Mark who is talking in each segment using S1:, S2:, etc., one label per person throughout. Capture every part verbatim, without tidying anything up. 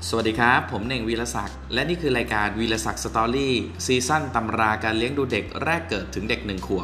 S1: สวัสดีครับผมเน่งวีรศักดิ์และนี่คือรายการวีรศักดิ์สตอรี่ซีซั่นตำราการเลี้ยงดูเด็กแรกเกิดถึงเด็กหนึ่งขวบ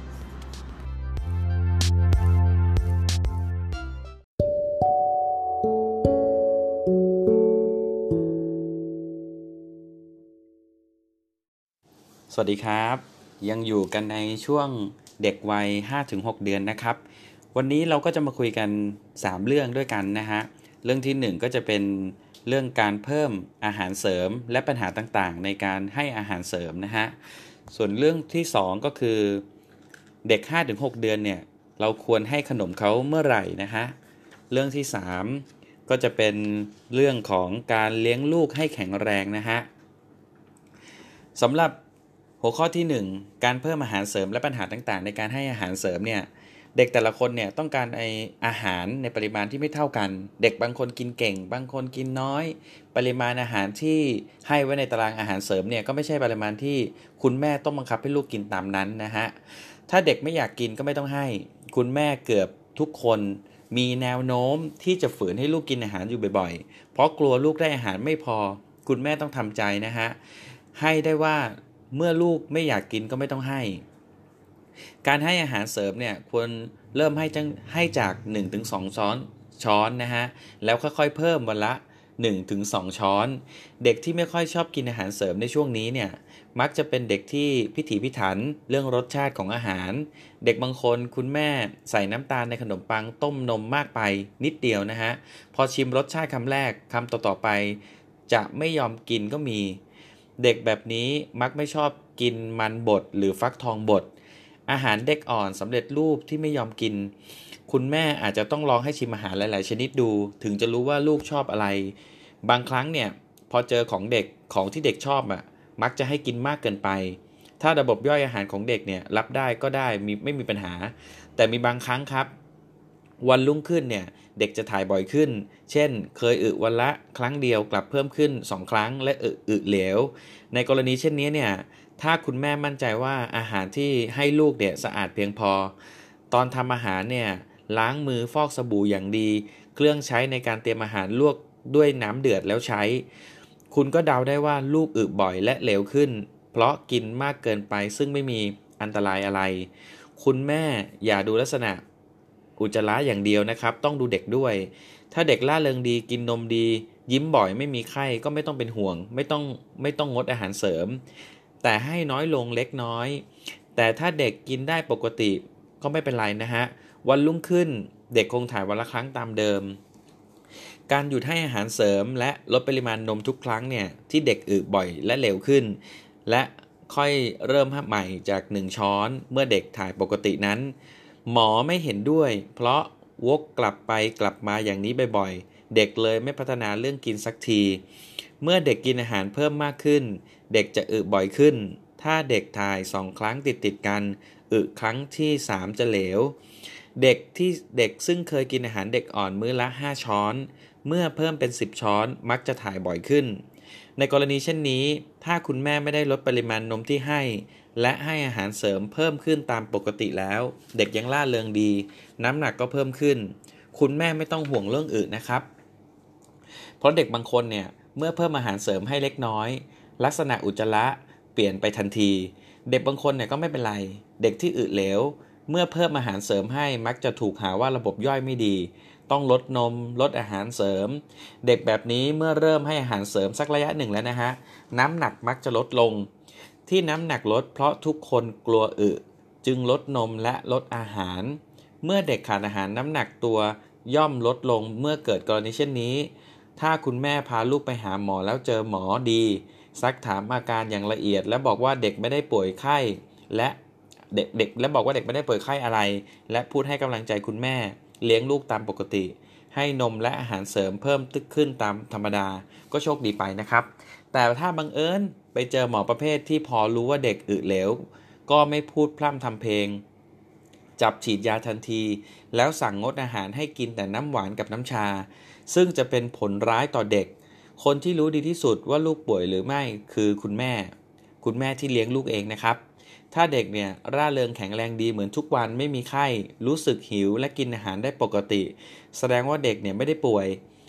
S1: สวัสดีครับยังอยู่กันในช่วงเด็กวัย ห้าถึงหก เดือนนะครับวันนี้เราก็จะมาคุยกันสามเรื่องด้วยกันนะฮะเรื่องที่หนึ่งก็จะเป็นเรื่องการเพิ่มอาหารเสริมและปัญหาต่างๆในการให้อาหารเสริมนะฮะส่วนเรื่องที่สองก็คือเด็ก ห้าถึงหก เดือนเนี่ยเราควรให้ขนมเขาเมื่อไหร่นะฮะเรื่องที่สามก็จะเป็นเรื่องของการเลี้ยงลูกให้แข็งแรงนะฮะสำหรับหัวข้อที่หนึ่งการเพิ่มอาหารเสริมและปัญหาต่างๆในการให้อาหารเสริมเนี่ยเด็กแต่ละคนเนี่ยต้องการไออาหารในปริมาณที่ไม่เท่ากันเด็กบางคนกินเก่งบางคนกินน้อยปริมาณอาหารที่ให้ไว้ในตารางอาหารเสริมเนี่ยก็ไม่ใช่ปริมาณที่คุณแม่ต้องบังคับให้ลูกกินตามนั้นนะฮะถ้าเด็กไม่อยากกินก็ไม่ต้องให้คุณแม่เกือบทุกคนมีแนวโน้มที่จะฝืนให้ลูกกินอาหารอยู่บ่อยๆเพราะกลัวลูกได้อาหารไม่พอคุณแม่ต้องทำใจนะฮะให้ได้ว่าเมื่อลูกไม่อยากกินก็ไม่ต้องให้การให้อาหารเสริมเนี่ยควรเริ่มให้จังให้จาก หนึ่งถึงสอง ช้อนช้อนนะฮะแล้วค่อยๆเพิ่มวันละ หนึ่งถึงสอง ช้อนเด็กที่ไม่ค่อยชอบกินอาหารเสริมในช่วงนี้เนี่ยมักจะเป็นเด็กที่พิถีพิถันเรื่องรสชาติของอาหารเด็กบางคนคุณแม่ใส่น้ำตาลในขนมปังต้มนมมากไปนิดเดียวนะฮะพอชิมรสชาติคำแรกคำต่อๆไปจะไม่ยอมกินก็มีเด็กแบบนี้มักไม่ชอบกินมันบดหรือฟักทองบดอาหารเด็กอ่อนสำเร็จรูปที่ไม่ยอมกินคุณแม่อาจจะต้องลองให้ชิมอาหารหลายๆชนิดดูถึงจะรู้ว่าลูกชอบอะไรบางครั้งเนี่ยพอเจอของเด็กของที่เด็กชอบอ่ะมักจะให้กินมากเกินไปถ้าระบบย่อยอาหารของเด็กเนี่ยรับได้ก็ได้มีไม่มีปัญหาแต่มีบางครั้งครับวันรุ่งขึ้นเนี่ยเด็กจะถ่ายบ่อยขึ้นเช่นเคยอึวันละครั้งเดียวกลับเพิ่มขึ้นสองครั้งและอึอึเหลวในกรณีเช่นนี้เนี่ยถ้าคุณแม่มั่นใจว่าอาหารที่ให้ลูกเนี่ยสะอาดเพียงพอตอนทำอาหารเนี่ยล้างมือฟอกสบู่อย่างดีเครื่องใช้ในการเตรียมอาหารลวกด้วยน้ำเดือดแล้วใช้คุณก็เดาได้ว่าลูกอึบ่อยและเหลวขึ้นเพราะกินมากเกินไปซึ่งไม่มีอันตรายอะไรคุณแม่อย่าดูลักษณะอุจจาระอย่างเดียวนะครับต้องดูเด็กด้วยถ้าเด็กล่าเริงดีกินนมดียิ้มบ่อยไม่มีไข้ก็ไม่ต้องเป็นห่วงไม่ต้องไม่ต้องงดอาหารเสริมแต่ให้น้อยลงเล็กน้อยแต่ถ้าเด็กกินได้ปกติก็ไม่เป็นไรนะฮะวันรุ่งขึ้นเด็กคงถ่ายวันละครั้งตามเดิมการหยุดให้อาหารเสริมและลดปริมาณนมทุกครั้งเนี่ยที่เด็กอึบ่อยและเร็วขึ้นและค่อยเริ่มใหม่จากหนึ่งช้อนเมื่อเด็กถ่ายปกตินั้นหมอไม่เห็นด้วยเพราะวกกลับไปกลับมาอย่างนี้บ่อยๆเด็กเลยไม่พัฒนาเรื่องกินสักทีเมื่อเด็กกินอาหารเพิ่มมากขึ้นเด็กจะอึบ่อยขึ้นถ้าเด็กถ่ายสองครั้งติดติดกันอึครั้งที่สามจะเหลวเด็กที่เด็กซึ่งเคยกินอาหารเด็กอ่อนมื้อละห้าช้อนเมื่อเพิ่มเป็นสิบช้อนมักจะถ่ายบ่อยขึ้นในกรณีเช่นนี้ถ้าคุณแม่ไม่ได้ลดปริมาณนมที่ให้และให้อาหารเสริมเพิ่มขึ้นตามปกติแล้วเด็กยังล่าเริงดีน้ำหนักก็เพิ่มขึ้นคุณแม่ไม่ต้องห่วงเรื่องอื่นนะครับเพราะเด็กบางคนเนี่ยเมื่อเพิ่มอาหารเสริมให้เล็กน้อยลักษณะอุจจาระเปลี่ยนไปทันทีเด็กบางคนเนี่ยก็ไม่เป็นไรเด็กที่อึเหลวเมื่อเพิ่มอาหารเสริมให้มักจะถูกหาว่าระบบย่อยไม่ดีต้องลดนมลดอาหารเสริมเด็กแบบนี้เมื่อเริ่มให้อาหารเสริมสักระยะหนึ่งแล้วนะฮะน้ำหนักมักจะลดลงที่น้ำหนักลดเพราะทุกคนกลัวอึจึงลดนมและลดอาหารเมื่อเด็กขาดอาหารน้ำหนักตัวย่อมลดลงเมื่อเกิดกรณีเช่นนี้ถ้าคุณแม่พาลูกไปหาหมอแล้วเจอหมอดีซักถามอาการอย่างละเอียดและบอกว่าเด็กไม่ได้ป่วยไข้และเด็กๆและบอกว่าเด็กไม่ได้ป่วยไข้อะไรและพูดให้กำลังใจคุณแม่เลี้ยงลูกตามปกติให้นมและอาหารเสริมเพิ่มตึกขึ้นตามธรรมดาก็โชคดีไปนะครับแต่ถ้าบังเอิญไปเจอหมอประเภทที่พอรู้ว่าเด็กอึเหลวก็ไม่พูดพร่ำทำเพลงจับฉีดยาทันทีแล้วสั่งงดอาหารให้กินแต่น้ำหวานกับน้ำชาซึ่งจะเป็นผลร้ายต่อเด็กคนที่รู้ดีที่สุดว่าลูกป่วยหรือไม่คือคุณแม่คุณแม่ที่เลี้ยงลูกเองนะครับถ้าเด็กเนี่ยร่าเริงแข็งแรงดีเหมือนทุกวันไม่มีไข้รู้สึกหิวและกินอาหารได้ปกติแสดงว่าเด็กเนี่ยไม่ได้ป่วย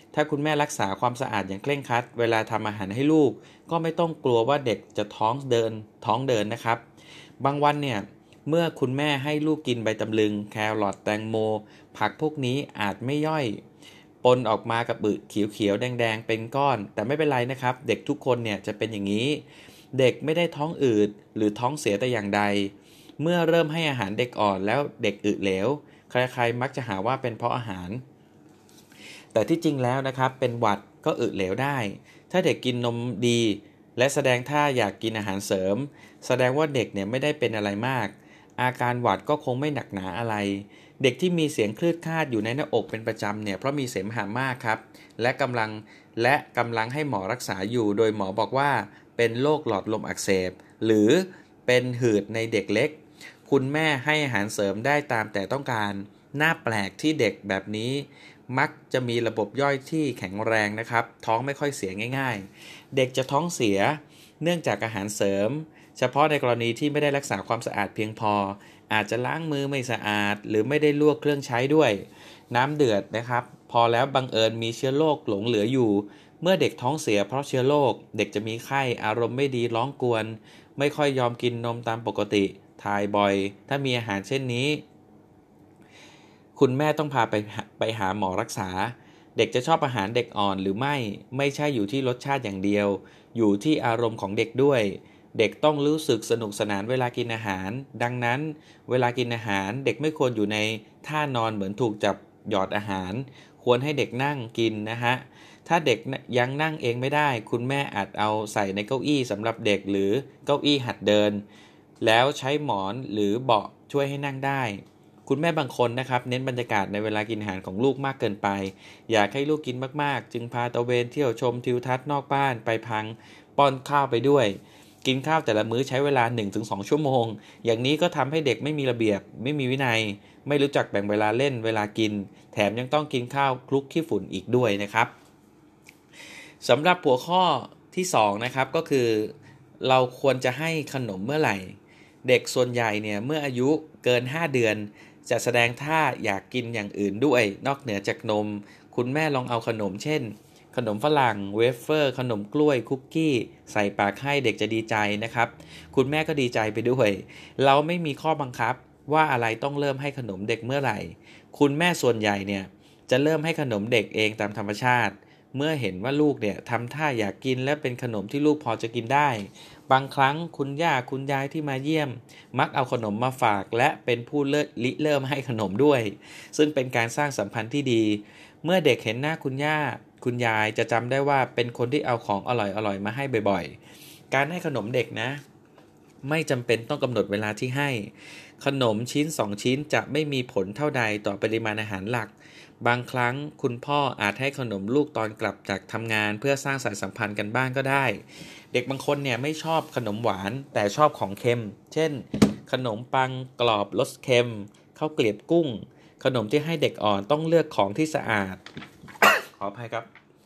S1: ถ้าคุณแม่รักษาความสะอาดอย่างเคร่งครัดเวลาทำอาหารให้ลูกก็ไม่ต้องกลัวว่าเด็กจะท้องเดินท้องเดินนะครับบางวันเนี่ยเมื่อคุณแม่ให้ลูกกินใบตำลึงแครอทแตงโมผักพวกนี้อาจไม่ย่อยปนออกมากับอึเขียวๆแดงๆเป็นก้อนแต่ไม่เป็นไรนะครับเด็กทุกคนเนี่ยจะเป็นอย่างนี้เด็กไม่ได้ท้องอืดหรือท้องเสียแต่อย่างใดเมื่อเริ่มให้อาหารเด็กอ่อนแล้วเด็กอึเหลวใครๆมักจะหาว่าเป็นเพราะอาหารแต่ที่จริงแล้วนะครับเป็นหวัดก็อึเหลวได้ถ้าเด็กกินนมดีและแสดงท่าอยากกินอาหารเสริมแสดงว่าเด็กเนี่ยไม่ได้เป็นอะไรมากอาการหวัดก็คงไม่หนักหนาอะไรเด็กที่มีเสียงคลืดคลาดอยู่ในหน้าอกเป็นประจำเนี่ยเพราะมีเสมหะมากครับและกำลังและกำลังให้หมอรักษาอยู่โดยหมอบอกว่าเป็นโรคหลอดลมอักเสบหรือเป็นหืดในเด็กเล็กคุณแม่ให้อาหารเสริมได้ตามแต่ต้องการน่าแปลกที่เด็กแบบนี้มักจะมีระบบย่อยที่แข็งแรงนะครับท้องไม่ค่อยเสียง่ายๆเด็กจะท้องเสียเนื่องจากอาหารเสริมเฉพาะในกรณีที่ไม่ได้รักษาความสะอาดเพียงพออาจจะล้างมือไม่สะอาดหรือไม่ได้ลวกเครื่องใช้ด้วยน้ำเดือดนะครับพอแล้วบังเอิญมีเชื้อโรคหลงเหลืออยู่เมื่อเด็กท้องเสียเพราะเชื้อโรคเด็กจะมีไข้อารมณ์ไม่ดีร้องกวนไม่ค่อยยอมกินนมตามปกติถ่ายบ่อยถ้ามีอาหารเช่นนี้คุณแม่ต้องพาไปไปหาหมอรักษาเด็กจะชอบอาหารเด็กอ่อนหรือไม่ไม่ใช่อยู่ที่รสชาติอย่างเดียวอยู่ที่อารมณ์ของเด็กด้วยเด็กต้องรู้สึกสนุกสนานเวลากินอาหารดังนั้นเวลากินอาหารเด็กไม่ควรอยู่ในท่านอนเหมือนถูกจับหยอดอาหารควรให้เด็กนั่งกินนะฮะถ้าเด็กยังนั่งเองไม่ได้คุณแม่อาจเอาใส่ในเก้าอี้สำหรับเด็กหรือเก้าอี้หัดเดินแล้วใช้หมอนหรือเบาะช่วยให้นั่งได้คุณแม่บางคนนะครับเน้นบรรยากาศในเวลากินอาหารของลูกมากเกินไปอยากให้ลูกกินมากๆจึงพาตะเวนเที่ยวชมทิวทัศน์นอกบ้านไปพังป้อนข้าวไปด้วยกินข้าวแต่ละมื้อใช้เวลา หนึ่งถึงสอง ชั่วโมงอย่างนี้ก็ทำให้เด็กไม่มีระเบียบไม่มีวินัยไม่รู้จักแบ่งเวลาเล่นเวลากินแถมยังต้องกินข้าวคลุกขี้ฝุ่นอีกด้วยนะครับสำหรับหัวข้อที่สองนะครับก็คือเราควรจะให้ขนมเมื่อไหร่เด็กส่วนใหญ่เนี่ยเมื่ออายุเกินห้าเดือนจะแสดงท่าอยากกินอย่างอื่นด้วยนอกเหนือจากนมคุณแม่ลองเอาขนมเช่นขนมฝรั่งเวฟเฟอร์ขนมกล้วยคุกกี้ใส่ปากให้เด็กจะดีใจนะครับคุณแม่ก็ดีใจไปด้วยเราไม่มีข้อบังคับว่าอะไรต้องเริ่มให้ขนมเด็กเมื่อไหร่คุณแม่ส่วนใหญ่เนี่ยจะเริ่มให้ขนมเด็กเองตามธรรมชาติเมื่อเห็นว่าลูกเนี่ยทำท่าอยากกินและเป็นขนมที่ลูกพอจะกินได้บางครั้งคุณย่าคุณยายที่มาเยี่ยมมักเอาขนมมาฝากและเป็นผู้เลิศริเริ่มให้ขนมด้วยซึ่งเป็นการสร้างสัมพันธ์ที่ดีเมื่อเด็กเห็นหน้าคุณย่าคุณยายจะจำได้ว่าเป็นคนที่เอาของอร่อยๆมาให้บ่อยๆการให้ขนมเด็กนะไม่จำเป็นต้องกำหนดเวลาที่ให้ขนมชิ้นสองชิ้นจะไม่มีผลเท่าใดต่อปริมาณอาหารหลักบางครั้งคุณพ่ออาจให้ขนมลูกตอนกลับจากทำงานเพื่อสร้างสายสัมพันธ์กันบ้างก็ได้เด็กบางคนเนี่ยไม่ชอบขนมหวานแต่ชอบของเค็มเช่นขนมปังกรอบรสเค็มข้าวเกลียบกุ้งขนมที่ให้เด็กอ่อนต้องเลือกของที่สะอาด ขออภัยครับ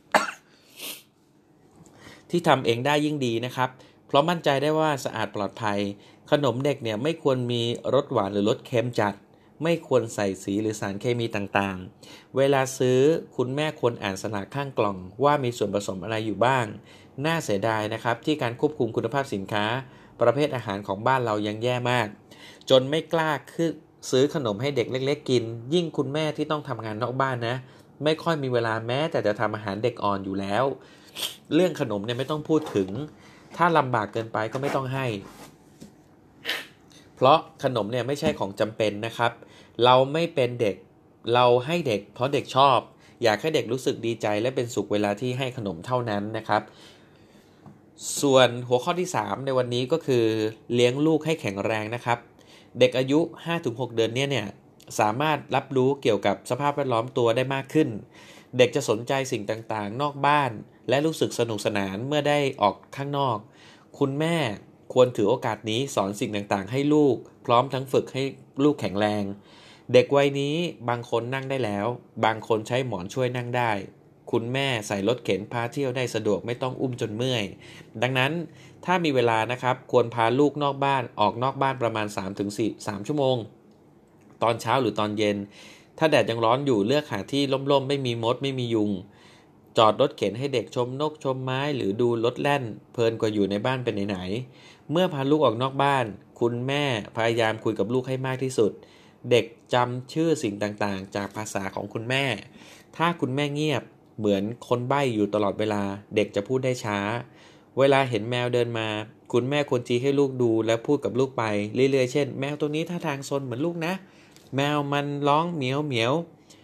S1: ที่ทำเองได้ยิ่งดีนะครับเพราะมั่นใจได้ว่าสะอาดปลอดภัยขนมเด็กเนี่ยไม่ควรมีรสหวานหรือรสเค็มจัดไม่ควรใส่สีหรือสารเคมีต่างๆเวลาซื้อคุณแม่ควรอ่านฉลากข้างกล่องว่ามีส่วนผสมอะไรอยู่บ้างน่าเสียดายนะครับที่การควบคุมคุณภาพสินค้าประเภทอาหารของบ้านเรายังแย่มากจนไม่กล้าคือซื้อขนมให้เด็กเล็กๆกินยิ่งคุณแม่ที่ต้องทำงานนอกบ้านนะไม่ค่อยมีเวลาแม้แต่จะทำอาหารเด็กอ่อนอยู่แล้วเรื่องขนมเนี่ยไม่ต้องพูดถึงถ้าลำบากเกินไปก็ไม่ต้องให้เพราะขนมเนี่ยไม่ใช่ของจำเป็นนะครับเราไม่เป็นเด็กเราให้เด็กเพราะเด็กชอบอยากให้เด็กรู้สึกดีใจและเป็นสุขเวลาที่ให้ขนมเท่านั้นนะครับส่วนหัวข้อที่สามในวันนี้ก็คือเลี้ยงลูกให้แข็งแรงนะครับเด็กอายุ ห้าถึงหก เดือนเนี่ยเนี่ยสามารถรับรู้เกี่ยวกับสภาพแวดล้อมตัวได้มากขึ้นเด็กจะสนใจสิ่งต่างๆนอกบ้านและรู้สึกสนุกสนานเมื่อได้ออกข้างนอกคุณแม่ควรถือโอกาสนี้สอนสิ่งต่างๆให้ลูกพร้อมทั้งฝึกให้ลูกแข็งแรงเด็กวัยนี้บางคนนั่งได้แล้วบางคนใช้หมอนช่วยนั่งได้คุณแม่ใส่รถเข็นพาเที่ยวได้สะดวกไม่ต้องอุ้มจนเมื่อยดังนั้นถ้ามีเวลานะครับควรพาลูกนอกบ้านออกนอกบ้านประมาณ สามถึงสี่ สาม ชั่วโมงตอนเช้าหรือตอนเย็นถ้าแดดยังร้อนอยู่เลือกหาที่ร่มๆไม่มีมดไม่มียุง
S2: จอดรถเข็นให้เด็กชมนกชมไม้หรือดูรถแล่นเพลินกว่าอยู่ในบ้านเป็นไหนๆเมื่อพาลูกออกนอกบ้านคุณแม่พยายามคุยกับลูกให้มากที่สุดเด็กจำชื่อสิ่งต่างๆจากภาษาของคุณแม่ถ้าคุณแม่เงียบเหมือนคนใบ้อยู่ตลอดเวลาเด็กจะพูดได้ช้าเวลาเห็นแมวเดินมาคุณแม่ควรชี้ให้ลูกดูและพูดกับลูกไปเรื่อยๆเช่นแมวตัวนี้ท่าทางซนเหมือนลูกนะแมวมันร้องเหมียวเหมียว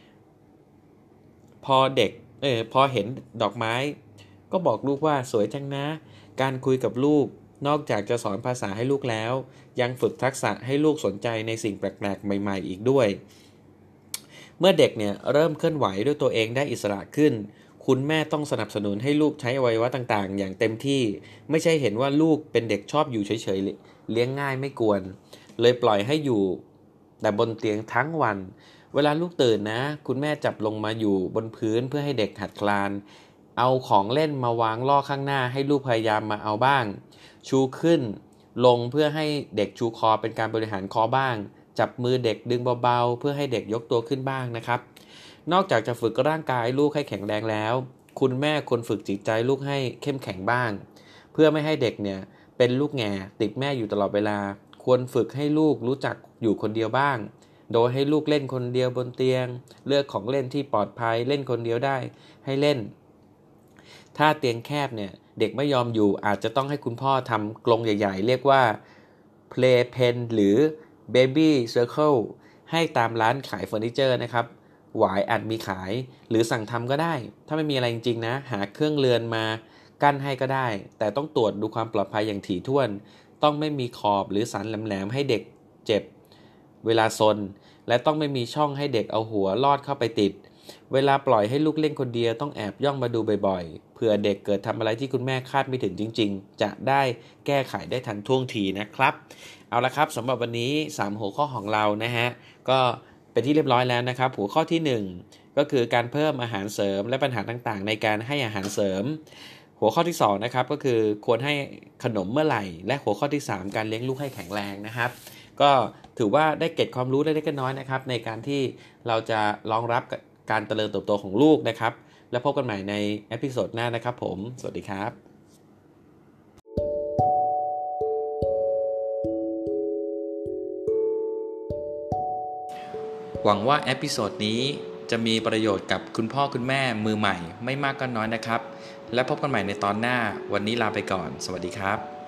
S2: พอเด็กเออพอเห็นดอกไม้ก็บอกลูกว่าสวยจังนะการคุยกับลูกนอกจากจะสอนภาษาให้ลูกแล้วยังฝึกทักษะให้ลูกสนใจในสิ่งแปลกๆใหม่ๆอีกด้วยเมื่อเด็กเนี่ยเริ่มเคลื่อนไหวด้วยตัวเองได้อิสระขึ้นคุณแม่ต้องสนับสนุนให้ลูกใช้อวัยวะต่างๆอย่างเต็มที่ไม่ใช่เห็นว่าลูกเป็นเด็กชอบอยู่เฉยๆเลี้ยงง่ายไม่กวนเลยปล่อยให้อยู่แต่บนเตียงทั้งวันเวลาลูกตื่นนะคุณแม่จับลงมาอยู่บนพื้นเพื่อให้เด็กหัดคลานเอาของเล่นมาวางล่อข้างหน้าให้ลูกพยายามมาเอาบ้างชูขึ้นลงเพื่อให้เด็กชูคอเป็นการบริหารคอบ้างจับมือเด็กดึงเบาๆเพื่อให้เด็กยกตัวขึ้นบ้างนะครับนอกจากจะฝึกร่างกายลูกให้แข็งแรงแล้วคุณแม่ควรฝึกจิตใจลูกให้เข้มแข็งบ้างเพื่อไม่ให้เด็กเนี่ยเป็นลูกแง่ติดแม่อยู่ตลอดเวลาควรฝึกให้ลูกรู้จักอยู่คนเดียวบ้างโดยให้ลูกเล่นคนเดียวบนเตียงเลือกของเล่นที่ปลอดภัยเล่นคนเดียวได้ให้เล่นถ้าเตียงแคบเนี่ยเด็กไม่ยอมอยู่อาจจะต้องให้คุณพ่อทำกรงใหญ่ๆเรียกว่า play pen หรือ baby circle ให้ตามร้านขายเฟอร์นิเจอร์นะครับหวายอาจมีขายหรือสั่งทำก็ได้ถ้าไม่มีอะไรจริงๆนะหาเครื่องเรือนมากั้นให้ก็ได้แต่ต้องตรวจดูความปลอดภัยอย่างถี่ถ้วนต้องไม่มีขอบหรือสันแหลมๆให้เด็กเจ็บเวลาซนและต้องไม่มีช่องให้เด็กเอาหัวลอดเข้าไปติดเวลาปล่อยให้ลูกเล่นคนเดียวต้องแอบย่องมาดูบ่อยๆเผื่อเด็กเกิดทำอะไรที่คุณแม่คาดไม่ถึงจริงๆจะได้แก้ไขได้ทันท่วงทีนะครับเอาละครับสำหรับวันนี้สามหัวข้อของเรานะฮะก็เป็นที่เรียบร้อยแล้วนะครับหัวข้อที่หนึ่งก็คือการเพิ่มอาหารเสริมและปัญหาต่างๆในการให้อาหารเสริมหัวข้อที่สองนะครับก็คือควรให้ขนมเมื่อไหร่และหัวข้อที่สามการเลี้ยงลูกให้แข็งแรงนะครับก็ถือว่าได้เก็บความรู้เล็กๆน้อยๆนะครับในการที่เราจะรองรับการเจริญเติบโตของลูกนะครับแล้วพบกันใหม่ในเอพิโซดหน้านะครับผมสวัสดีครับหวังว่าเอพิโซดนี้จะมีประโยชน์กับคุณพ่อคุณแม่มือใหม่ไม่มากก็น้อยนะครับและพบกันใหม่ในตอนหน้าวันนี้ลาไปก่อนสวัสดีครับ